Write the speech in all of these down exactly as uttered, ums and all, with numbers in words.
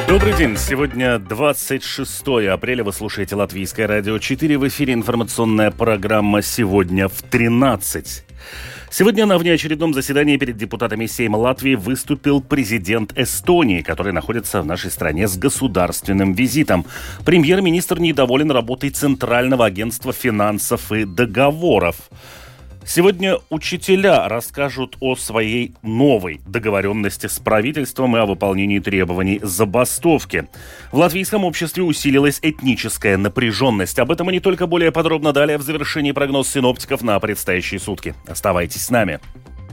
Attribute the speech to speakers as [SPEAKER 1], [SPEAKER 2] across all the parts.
[SPEAKER 1] Добрый день. Сегодня двадцать шестое апреля. Вы слушаете Латвийское радио четыре. В эфире информационная программа «Сегодня в тринадцать». Сегодня на внеочередном заседании перед депутатами Сейма Латвии выступил президент Эстонии, который находится в нашей стране с государственным визитом. Премьер-министр недоволен работой Центрального агентства финансов и договоров. Сегодня учителя расскажут о своей новой договоренности с правительством и о выполнении требований забастовки. В латвийском обществе усилилась этническая напряженность. Об этом и не только, более подробно далее в завершении прогноз синоптиков на предстоящие сутки. Оставайтесь с нами.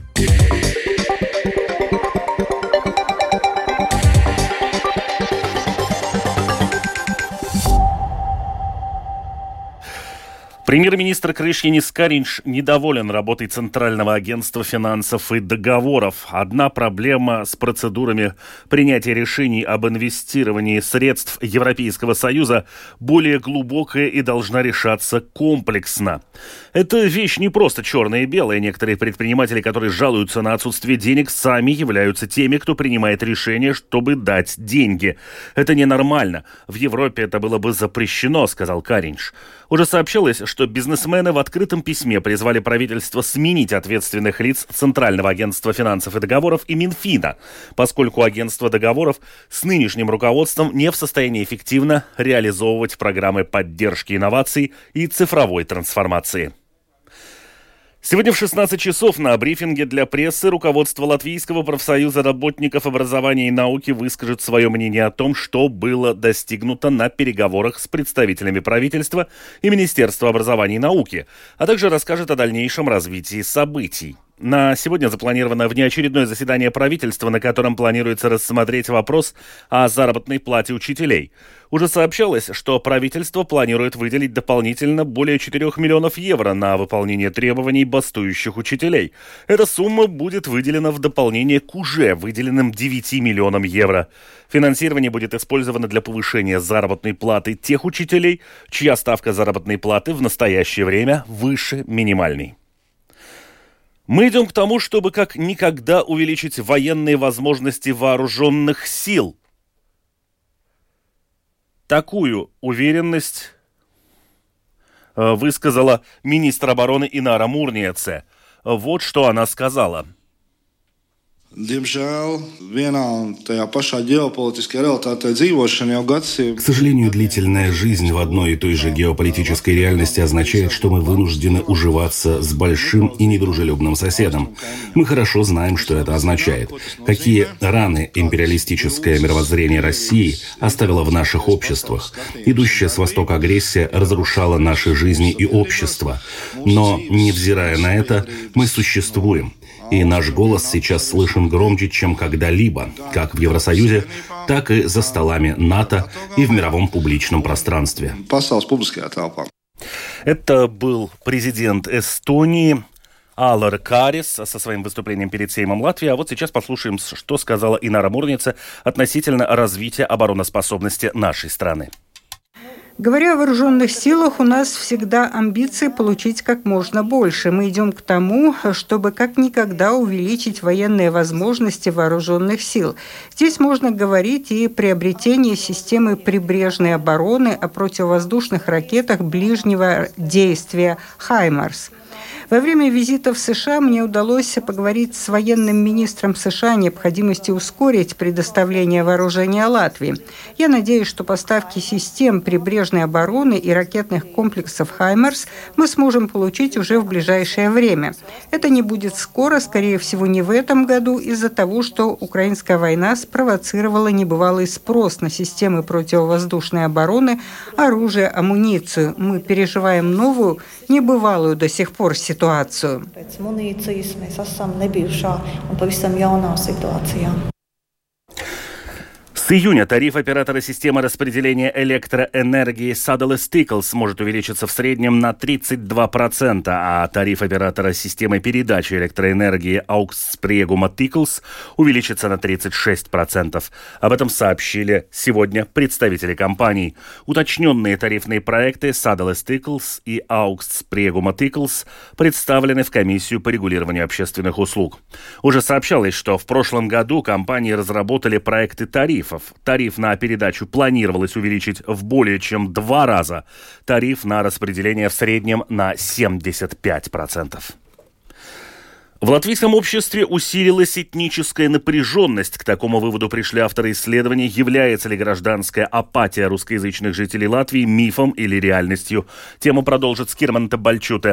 [SPEAKER 1] Премьер-министр Кришьянис Кариньш недоволен работой Центрального агентства финансов и договоров. Одна проблема с процедурами принятия решений об инвестировании средств Европейского Союза более глубокая и должна решаться комплексно. Эта вещь не просто черная и белая. Некоторые предприниматели, которые жалуются на отсутствие денег, сами являются теми, кто принимает решение, чтобы дать деньги. Это ненормально. В Европе это было бы запрещено, сказал Кариньш. Уже сообщалось, что бизнесмены в открытом письме призвали правительство сменить ответственных лиц Центрального агентства финансов и договоров и Минфина, поскольку агентство договоров с нынешним руководством не в состоянии эффективно реализовывать программы поддержки инноваций и цифровой трансформации. Сегодня в шестнадцать часов на брифинге для прессы руководство Латвийского профсоюза работников образования и науки выскажет свое мнение о том, что было достигнуто на переговорах с представителями правительства и Министерства образования и науки, а также расскажет о дальнейшем развитии событий. На сегодня запланировано внеочередное заседание правительства, на котором планируется рассмотреть вопрос о заработной плате учителей. Уже сообщалось, что правительство планирует выделить дополнительно более четырех миллионов евро на выполнение требований бастующих учителей. Эта сумма будет выделена в дополнение к уже выделенным девяти миллионам евро. Финансирование будет использовано для повышения заработной платы тех учителей, чья ставка заработной платы в настоящее время выше минимальной. Мы идем к тому, чтобы как никогда увеличить военные возможности вооруженных сил. Такую уверенность э, высказала министр обороны Инара Мурниеце. Вот что она сказала.
[SPEAKER 2] К сожалению, длительная жизнь в одной и той же геополитической реальности означает, что мы вынуждены уживаться с большим и недружелюбным соседом. Мы хорошо знаем, что это означает. Какие раны империалистическое мировоззрение России оставило в наших обществах. Идущая с востока агрессия разрушала наши жизни и общество. Но, невзирая на это, мы существуем. И наш голос сейчас слышен громче, чем когда-либо, как в Евросоюзе, так и за столами НАТО и в мировом публичном пространстве.
[SPEAKER 1] Это был президент Эстонии Алар Карис со своим выступлением перед Сеймом Латвии. А вот сейчас послушаем, что сказала Инара Мурниеце относительно развития обороноспособности нашей страны.
[SPEAKER 3] Говоря о вооруженных силах, у нас всегда амбиции получить как можно больше. Мы идем к тому, чтобы как никогда увеличить военные возможности вооруженных сил. Здесь можно говорить и о приобретении системы прибрежной обороны, о противовоздушных ракетах ближнего действия «Хаймарс». Во время визита в США мне удалось поговорить с военным министром США о необходимости ускорить предоставление вооружения Латвии. Я надеюсь, что поставки систем прибрежной обороны и ракетных комплексов «Хаймарс» мы сможем получить уже в ближайшее время. Это не будет скоро, скорее всего, не в этом году, из-за того, что украинская война спровоцировала небывалый спрос на системы противовоздушной обороны, оружие, амуницию. Мы переживаем новую, небывалую до сих пор ситуацию.
[SPEAKER 1] С июня тариф оператора системы распределения электроэнергии Sadales Tīkls может увеличиться в среднем на тридцать два процента, а тариф оператора системы передачи электроэнергии Augstprieguma Tīkls увеличится на тридцать шесть процентов. Об этом сообщили сегодня представители компаний. Уточненные тарифные проекты Sadales Tīkls и Augstprieguma Tīkls представлены в комиссию по регулированию общественных услуг. Уже сообщалось, что в прошлом году компании разработали проекты тарифов, процентов. Тариф на передачу планировалось увеличить в более чем два раза. Тариф на распределение в среднем на семьдесят пять процентов. В латвийском обществе усилилась этническая напряженность. К такому выводу пришли авторы исследований, является ли гражданская апатия русскоязычных жителей Латвии мифом или реальностью. Тему продолжит Скирманта Бальчуте.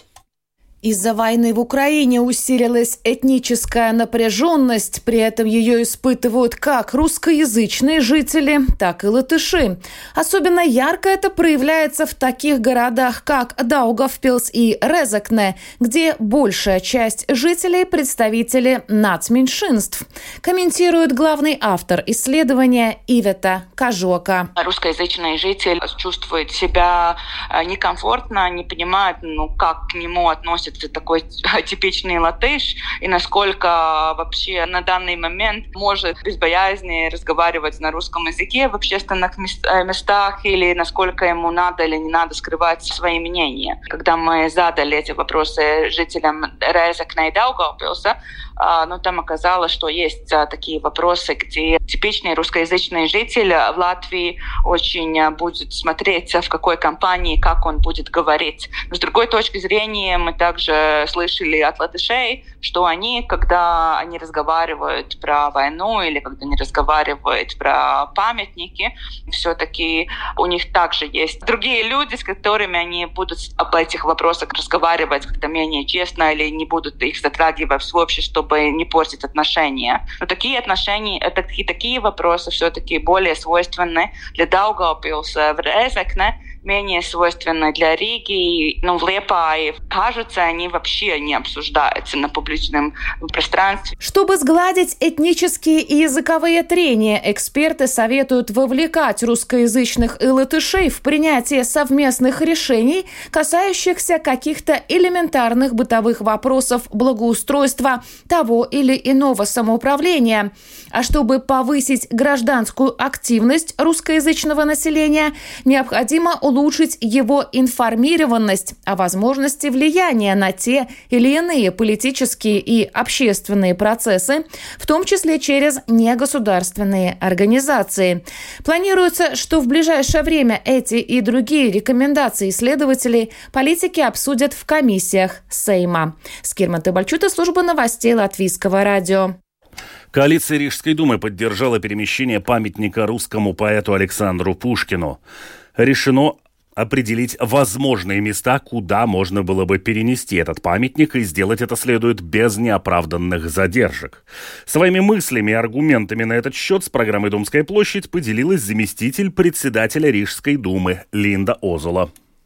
[SPEAKER 4] Из-за войны в Украине усилилась этническая напряженность, при этом ее испытывают как русскоязычные жители, так и латыши. Особенно ярко это проявляется в таких городах, как Даугавпилс и Резекне, где большая часть жителей – представители нацменьшинств. Комментирует главный автор исследования Ивета Кажока.
[SPEAKER 5] Русскоязычный житель чувствует себя некомфортно, не понимает, ну, как к нему относятся такой типичный латыш, и насколько вообще на данный момент может без боязни разговаривать на русском языке в общественных местах, или насколько ему надо или не надо скрывать свои мнения. Когда мы задали эти вопросы жителям Резекне и Даугавпилса, но там оказалось, что есть такие вопросы, где типичный русскоязычный житель в Латвии очень будет смотреть, в какой компании, как он будет говорить. Но с другой точки зрения, мы также слышали от латышей, что они, когда они разговаривают про войну или когда они разговаривают про памятники, все-таки у них также есть другие люди, с которыми они будут об этих вопросах разговаривать как-то менее честно или не будут их затрагивать в обществе, чтобы не портить отношения. Но такие отношения, это такие, такие вопросы все-таки более свойственны для Даугавпилса, в Резекне, менее свойственны для Риги, но в Лиепае, кажется, они вообще не обсуждаются на публичном пространстве.
[SPEAKER 4] Чтобы сгладить этнические и языковые трения, эксперты советуют вовлекать русскоязычных и латышей в принятие совместных решений, касающихся каких-то элементарных бытовых вопросов благоустройства того или иного самоуправления. А чтобы повысить гражданскую активность русскоязычного населения, необходимо улучшить его информированность о возможности влияния на те или иные политические и общественные процессы, в том числе через негосударственные организации. Планируется, что в ближайшее время эти и другие рекомендации исследователей политики обсудят в комиссиях Сейма. Скирманта Бальчуте, служба новостей Латвийского радио.
[SPEAKER 1] Коалиция Рижской думы поддержала перемещение памятника русскому поэту Александру Пушкину. Решено определить возможные места, куда можно было бы перенести этот памятник, и сделать это следует без неоправданных задержек. Своими мыслями и аргументами на этот счет с программой «Думская площадь» поделилась заместитель председателя Рижской думы Линда Озола.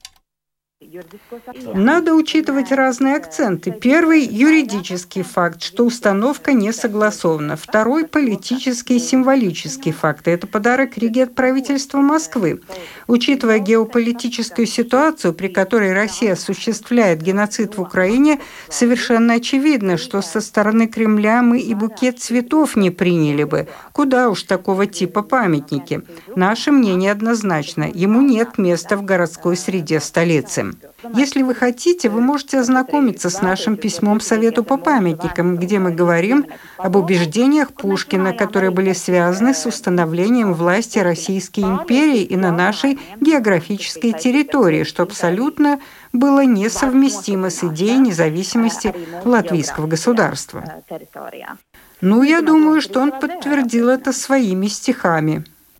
[SPEAKER 3] Надо учитывать разные акценты. Первый – юридический факт, что установка не согласована. Второй – политический и символический факт. Это подарок Риге от правительства Москвы. Учитывая геополитическую ситуацию, при которой Россия осуществляет геноцид в Украине, совершенно очевидно, что со стороны Кремля мы и букет цветов не приняли бы. Куда уж такого типа памятники? Наше мнение однозначно. Ему нет места в городской среде столицы. Если вы хотите, вы можете ознакомиться с нашим письмом Совету по памятникам, где мы говорим об убеждениях Пушкина, которые были связаны с установлением власти Российской империи и на нашей географической территории, что абсолютно было несовместимо с идеей независимости латвийского государства. Ну, я думаю, что он подтвердил это своими стихами.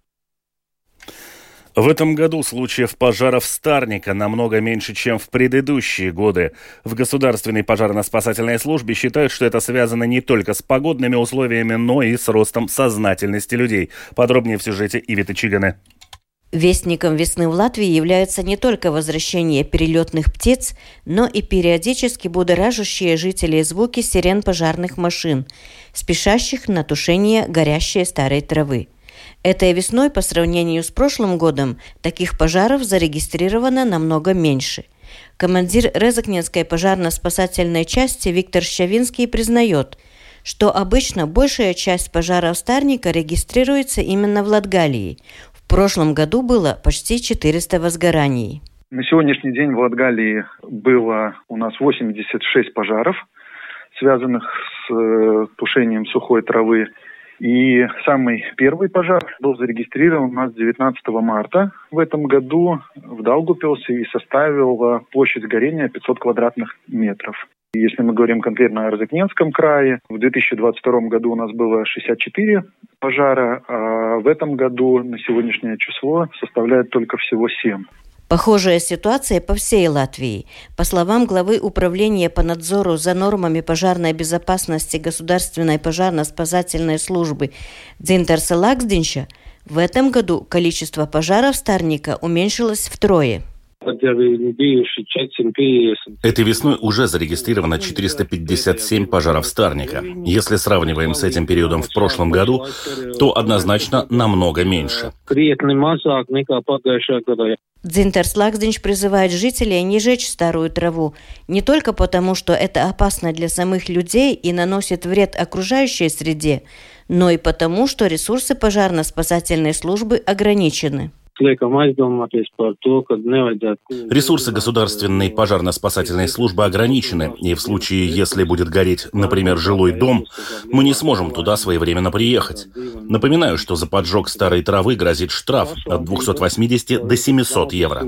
[SPEAKER 1] В этом году случаев пожаров Старника намного меньше, чем в предыдущие годы. В Государственной пожарно-спасательной службе считают, что это связано не только с погодными условиями, но и с ростом сознательности людей. Подробнее в сюжете Ивиты Чиганы.
[SPEAKER 6] Вестником весны в Латвии является не только возвращение перелетных птиц, но и периодически будоражащие жителей звуки сирен пожарных машин, спешащих на тушение горящей старой травы. Этой весной, по сравнению с прошлым годом, таких пожаров зарегистрировано намного меньше. Командир Резекненской пожарно-спасательной части Виктор Щавинский признает, что обычно большая часть пожаров Старника регистрируется именно в Латгалии. В прошлом году было почти четыреста возгораний.
[SPEAKER 7] На сегодняшний день в Латгалии было у нас восемьдесят шесть пожаров, связанных с э, тушением сухой травы. И самый первый пожар был зарегистрирован у нас девятнадцатого марта в этом году в Даугавпилсе и составил площадь горения пятьсот квадратных метров. Если мы говорим конкретно о Розыкненском крае, в две тысячи двадцать втором году у нас было шестьдесят четыре пожара, а в этом году на сегодняшнее число составляет только всего семь.
[SPEAKER 6] Похожая ситуация по всей Латвии. По словам главы управления по надзору за нормами пожарной безопасности Государственной пожарно-спасательной службы Дзинтерса Лаксдинша, в этом году количество пожаров Старника уменьшилось втрое.
[SPEAKER 2] Этой весной уже зарегистрировано четыреста пятьдесят семь пожаров Старника. Если сравниваем с этим периодом в прошлом году, то однозначно намного меньше.
[SPEAKER 6] Дзинтерс Лаксдинш призывает жителей не жечь старую траву, не только потому, что это опасно для самих людей и наносит вред окружающей среде, но и потому, что ресурсы пожарно-спасательной службы ограничены.
[SPEAKER 2] Ресурсы государственной пожарно-спасательной службы ограничены, и в случае, если будет гореть, например, жилой дом, мы не сможем туда своевременно приехать. Напоминаю, что за поджог старой травы грозит штраф от двухсот восьмидесяти до семисот евро.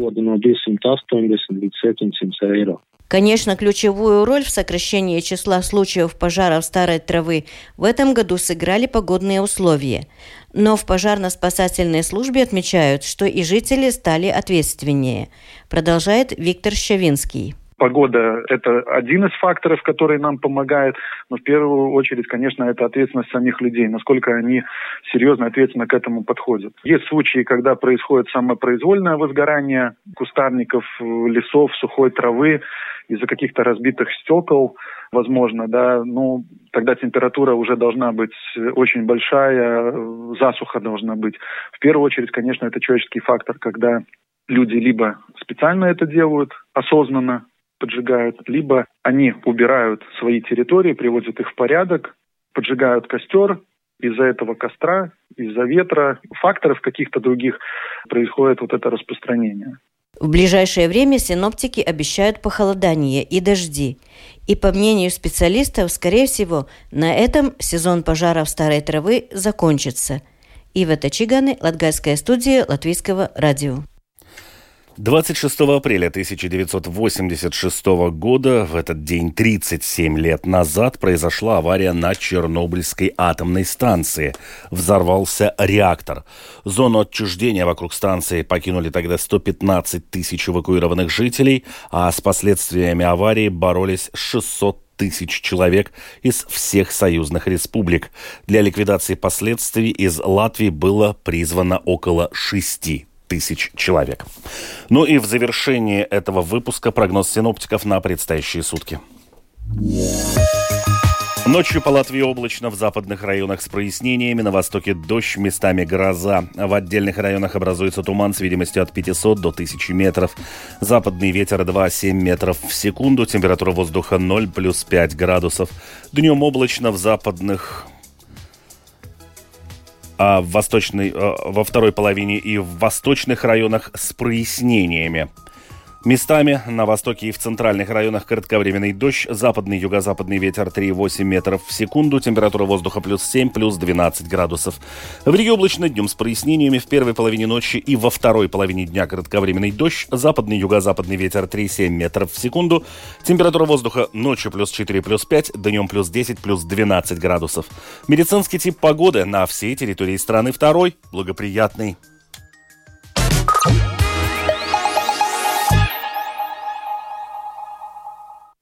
[SPEAKER 6] Конечно, ключевую роль в сокращении числа случаев пожаров старой травы в этом году сыграли погодные условия. Но в пожарно-спасательной службе отмечают, что и жители стали ответственнее. Продолжает Виктор Щавинский.
[SPEAKER 7] Погода – это один из факторов, который нам помогает, но в первую очередь, конечно, это ответственность самих людей, насколько они серьезно, ответственно к этому подходят. Есть случаи, когда происходит самопроизвольное возгорание кустарников, лесов, сухой травы из-за каких-то разбитых стекол, возможно, да, ну, тогда температура уже должна быть очень большая, засуха должна быть. В первую очередь, конечно, это человеческий фактор, когда люди либо специально это делают, осознанно поджигают, либо они убирают свои территории, приводят их в порядок, поджигают костер, из-за этого костра, из-за ветра, факторов каких-то других происходит вот это распространение.
[SPEAKER 6] В ближайшее время синоптики обещают похолодание и дожди. И, по мнению специалистов, скорее всего, на этом сезон пожаров старой травы закончится. Ива Тачиганы, Латгальская студия Латвийского радио.
[SPEAKER 1] двадцать шестого апреля тысяча девятьсот восемьдесят шестого года, в этот день тридцать семь лет назад, произошла авария на Чернобыльской атомной станции. Взорвался реактор. Зону отчуждения вокруг станции покинули тогда сто пятнадцать тысяч эвакуированных жителей, а с последствиями аварии боролись шестьсот тысяч человек из всех союзных республик. Для ликвидации последствий из Латвии было призвано около шести тысяч человек. Ну и в завершении этого выпуска прогноз синоптиков на предстоящие сутки. Ночью по Латвии облачно, в западных районах с прояснениями, на востоке дождь, местами гроза. В отдельных районах образуется туман с видимостью от пятисот до тысячи метров. Западный ветер два-семь метров в секунду, температура воздуха ноль плюс пять градусов. Днем облачно, в западных а в восточной, во второй половине и в восточных районах с прояснениями. Местами на востоке и в центральных районах кратковременный дождь, западный юго-западный ветер три-восемь метров в секунду, температура воздуха плюс семь, плюс двенадцать градусов. В Риге облачно, днем с прояснениями, в первой половине ночи и во второй половине дня кратковременный дождь, западный юго-западный ветер три-семь метров в секунду, температура воздуха ночью плюс четыре, плюс пять, днем плюс десять, плюс двенадцать градусов. Медицинский тип погоды на всей территории страны второй, благоприятный.